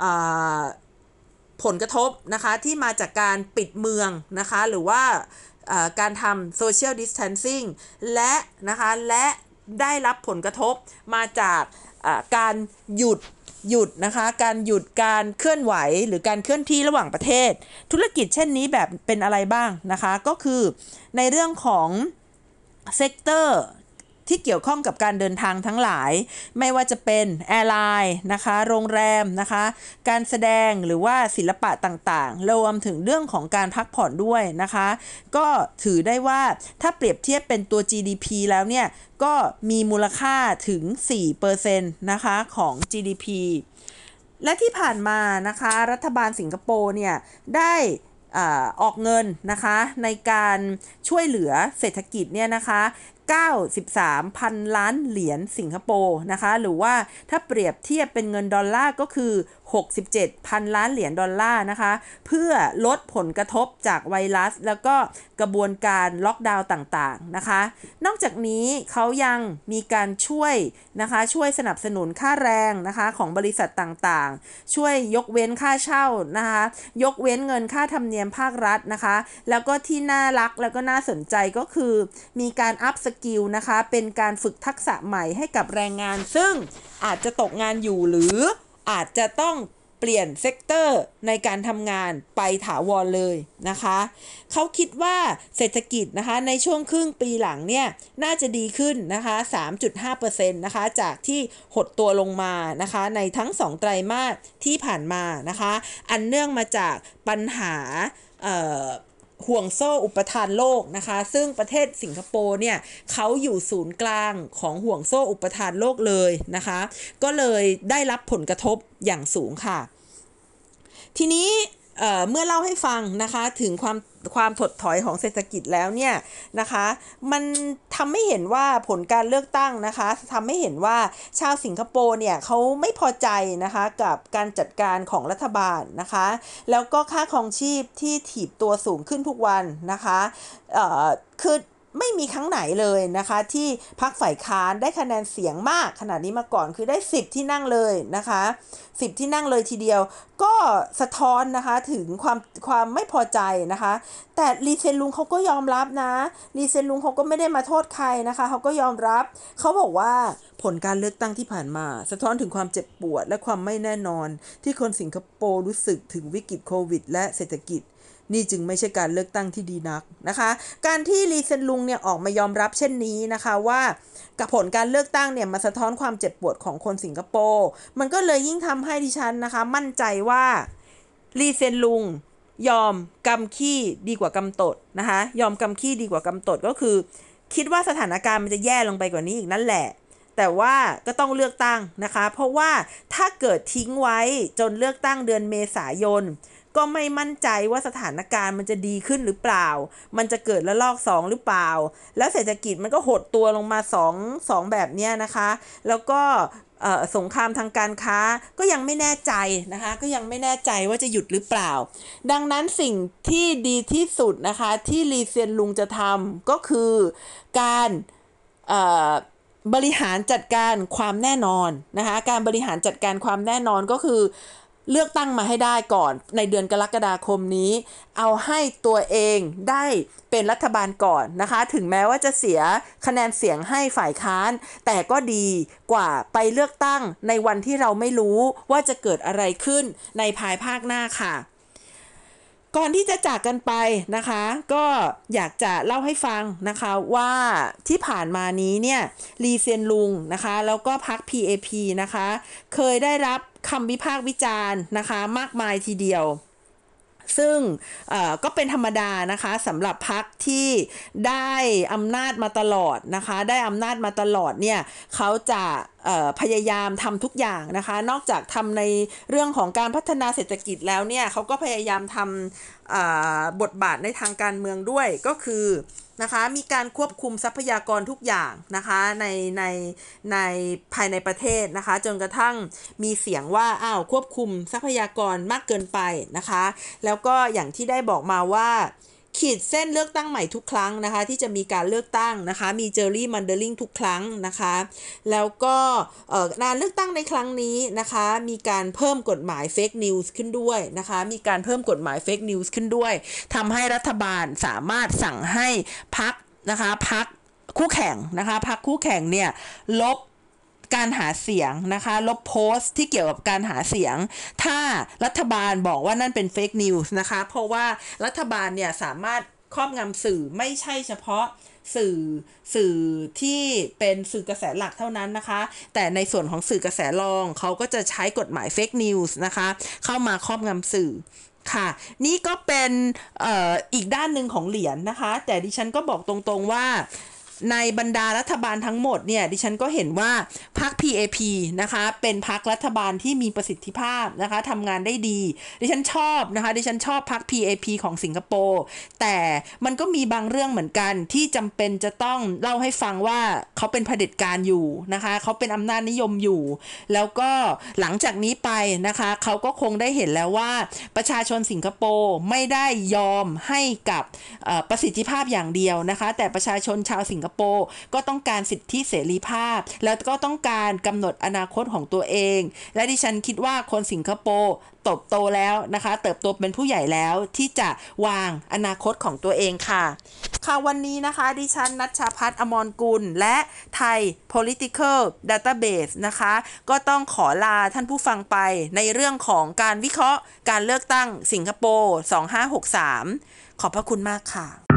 ผลกระทบนะคะที่มาจากการปิดเมืองนะคะหรือว่าการทำ social distancing และนะคะและได้รับผลกระทบมาจากการหยุดหยุดนะคะการหยุดการเคลื่อนไหวหรือการเคลื่อนที่ระหว่างประเทศธุรกิจเช่นนี้แบบเป็นอะไรบ้างนะคะก็คือในเรื่องของเซกเตอร์ที่เกี่ยวข้องกับการเดินทางทั้งหลายไม่ว่าจะเป็นแอร์ไลน์นะคะโรงแรมนะคะการแสดงหรือว่าศิลปะต่างๆรวมถึงเรื่องของการพักผ่อนด้วยนะคะก็ถือได้ว่าถ้าเปรียบเทียบเป็นตัว จี ดี พี แล้วเนี่ยก็มีมูลค่าถึง สี่เปอร์เซ็นต์ นะคะของ จี ดี พี และที่ผ่านมานะคะรัฐบาลสิงคโปร์เนี่ยได้ออกเงินนะคะในการช่วยเหลือเศรษฐกิจเนี่ยนะคะเก้าสิบสามพันล้านเหรียญสิงคโปร์นะคะหรือว่าถ้าเปรียบเทียบเป็นเงินดอลลาร์ก็คือหกสิบเจ็ดพันล้านเหรียญดอลลาร์นะคะเพื่อลดผลกระทบจากไวรัสแล้วก็กระบวนการล็อกดาวน์ต่างๆนะคะนอกจากนี้เขายังมีการช่วยนะคะช่วยสนับสนุนค่าแรงนะคะของบริษัทต่างๆช่วยยกเว้นค่าเช่านะคะยกเว้นเงินค่าธรรมเนียมภาครัฐนะคะแล้วก็ที่น่ารักแล้วก็น่าสนใจก็คือมีการอัพสกิลนะคะเป็นการฝึกทักษะใหม่ให้กับแรงงานซึ่งอาจจะตกงานอยู่หรืออาจจะต้องเปลี่ยนเซกเตอร์ในการทำงานไปถาวรเลยนะคะเขาคิดว่าเศรษฐกิจนะคะในช่วงครึ่งปีหลังเนี่ยน่าจะดีขึ้นนะคะ สามจุดห้าเปอร์เซ็นต์ นะคะจากที่หดตัวลงมานะคะในทั้งสองไตรมาสที่ผ่านมานะคะอันเนื่องมาจากปัญหาเอ่อห่วงโซ่อุปทานโลกนะคะซึ่งประเทศสิงคโปร์เนี่ยเขาอยู่ศูนย์กลางของห่วงโซ่อุปทานโลกเลยนะคะก็เลยได้รับผลกระทบอย่างสูงค่ะทีนี้เอ่อเมื่อเล่าให้ฟังนะคะถึงความความถดถอยของเศรษฐกิจแล้วเนี่ยนะคะมันทำให้เห็นว่าผลการเลือกตั้งนะคะทำให้เห็นว่าชาวสิงคโปร์เนี่ยเขาไม่พอใจนะคะกับการจัดการของรัฐบาลนะคะแล้วก็ค่าครองชีพที่ถีบตัวสูงขึ้นทุกวันนะคะเอ่อคือไม่มีครั้งไหนเลยนะคะที่พรรคฝ่ายค้านได้คะแนนเสียงมากขนาดนี้มาก่อนคือได้สิบที่นั่งเลยนะคะสิบที่นั่งเลยทีเดียวก็สะท้อนนะคะถึงความความไม่พอใจนะคะแต่ลีเซนลุงเขาก็ยอมรับนะลีเซนลุงเขาก็ไม่ได้มาโทษใครนะคะเขาก็ยอมรับเขาบอกว่าผลการเลือกตั้งที่ผ่านมาสะท้อนถึงความเจ็บปวดและความไม่แน่นอนที่คนสิงคโปร์รู้สึกถึงวิกฤตโควิดและเศรษฐกิจนี่จึงไม่ใช่การเลือกตั้งที่ดีนักนะคะการที่ลีเซนลุงเนี่ยออกมายอมรับเช่นนี้นะคะว่ากับผลการเลือกตั้งเนี่ยมาสะท้อนความเจ็บปวดของคนสิงคโปร์มันก็เลยยิ่งทำให้ดิฉันนะคะมั่นใจว่าลีเซนลุงยอมกำขี้ดีกว่ากำตดนะคะยอมกำขี้ดีกว่ากำตดก็คือคิดว่าสถานการณ์มันจะแย่ลงไปกว่านี้อีกนั่นแหละแต่ว่าก็ต้องเลือกตั้งนะคะเพราะว่าถ้าเกิดทิ้งไว้จนเลือกตั้งเดือนเมษายนก็ไม่มั่นใจว่าสถานการณ์มันจะดีขึ้นหรือเปล่ามันจะเกิดระลอกสองหรือเปล่าแล้วเศรษฐกิจมันก็หดตัวลงมาสอง สองแบบนี้นะคะแล้วก็สงครามทางการค้าก็ยังไม่แน่ใจนะคะก็ยังไม่แน่ใจว่าจะหยุดหรือเปล่าดังนั้นสิ่งที่ดีที่สุดนะคะที่ลีเซียนลุงจะทำก็คือการบริหารจัดการความแน่นอนนะคะการบริหารจัดการความแน่นอนก็คือเลือกตั้งมาให้ได้ก่อนในเดือนกรกฎาคมนี้เอาให้ตัวเองได้เป็นรัฐบาลก่อนนะคะถึงแม้ว่าจะเสียคะแนนเสียงให้ฝ่ายค้านแต่ก็ดีกว่าไปเลือกตั้งในวันที่เราไม่รู้ว่าจะเกิดอะไรขึ้นในภายภาคหน้าค่ะก่อนที่จะจากกันไปนะคะก็อยากจะเล่าให้ฟังนะคะว่าที่ผ่านมานี้เนี่ยลีเซียนลุงนะคะแล้วก็พรรค พี เอ พี นะคะเคยได้รับคำวิพากษ์วิจารณ์นะคะมากมายทีเดียวซึ่งก็เป็นธรรมดานะคะสำหรับพรรคที่ได้อำนาจมาตลอดนะคะได้อำนาจมาตลอดเนี่ยเขาจะพยายามทำทุกอย่างนะคะนอกจากทำในเรื่องของการพัฒนาเศรษฐกิจแล้วเนี่ยเขาก็พยายามทำบทบาทในทางการเมืองด้วยก็คือนะคะมีการควบคุมทรัพยากรทุกอย่างนะคะในในในภายในประเทศนะคะจนกระทั่งมีเสียงว่าอ้าวควบคุมทรัพยากรมากเกินไปนะคะแล้วก็อย่างที่ได้บอกมาว่าขีดเส้นเลือกตั้งใหม่ทุกครั้งนะคะที่จะมีการเลือกตั้งนะคะมีเจอรี่มันเดอร์ลิงทุกครั้งนะคะแล้วก็การเลือกตั้งในครั้งนี้นะคะมีการเพิ่มกฎหมายเฟกนิวส์ขึ้นด้วยนะคะมีการเพิ่มกฎหมายเฟกนิวส์ขึ้นด้วยทำให้รัฐบาลสามารถสั่งให้พรรคนะคะพรรคคู่แข่งนะคะพรรคคู่แข่งเนี่ยลบการหาเสียงนะคะลบโพสต์ที่เกี่ยวกับการหาเสียงถ้ารัฐบาลบอกว่านั่นเป็นเฟกนิวส์นะคะเพราะว่ารัฐบาลเนี่ยสามารถครอบงำสื่อไม่ใช่เฉพาะสื่อสื่อที่เป็นสื่อกระแสหลักเท่านั้นนะคะแต่ในส่วนของสื่อกระแสรองเขาก็จะใช้กฎหมายเฟกนิวส์นะคะเข้ามาครอบงำสื่อค่ะนี่ก็เป็นเอ่ออีกด้านหนึ่งของเหรียญ นะคะแต่ดิฉันก็บอกตรงๆว่าในบรรดารัฐบาลทั้งหมดเนี่ยดิฉันก็เห็นว่าพรรค พี เอ พี นะคะเป็นพรรครัฐบาลที่มีประสิทธิภาพนะคะทำงานได้ดีดิฉันชอบนะคะดิฉันชอบพรรค พี เอ พี ของสิงคโปร์แต่มันก็มีบางเรื่องเหมือนกันที่จำเป็นจะต้องเล่าให้ฟังว่าเขาเป็นเผด็จการอยู่นะคะเขาเป็นอำนาจนิยมอยู่แล้วก็หลังจากนี้ไปนะคะเขาก็คงได้เห็นแล้วว่าประชาชนสิงคโปร์ไม่ได้ยอมให้กับประสิทธิภาพอย่างเดียวนะคะแต่ประชาชนชาวสิงคโปร์ก็ต้องการสิทธิเสรีภาพแล้วก็ต้องการกำหนดอนาคตของตัวเองและดิฉันคิดว่าคนสิงคโปร์เติบโตแล้วนะคะเติบโตเป็นผู้ใหญ่แล้วที่จะวางอนาคตของตัวเองค่ะค่ะวันนี้นะคะดิฉันณัชชาภัทร อมรกุลและไทย political database นะคะก็ต้องขอลาท่านผู้ฟังไปในเรื่องของการวิเคราะห์การเลือกตั้งสิงคโปร์สองห้าหกสามขอบพระคุณมากค่ะ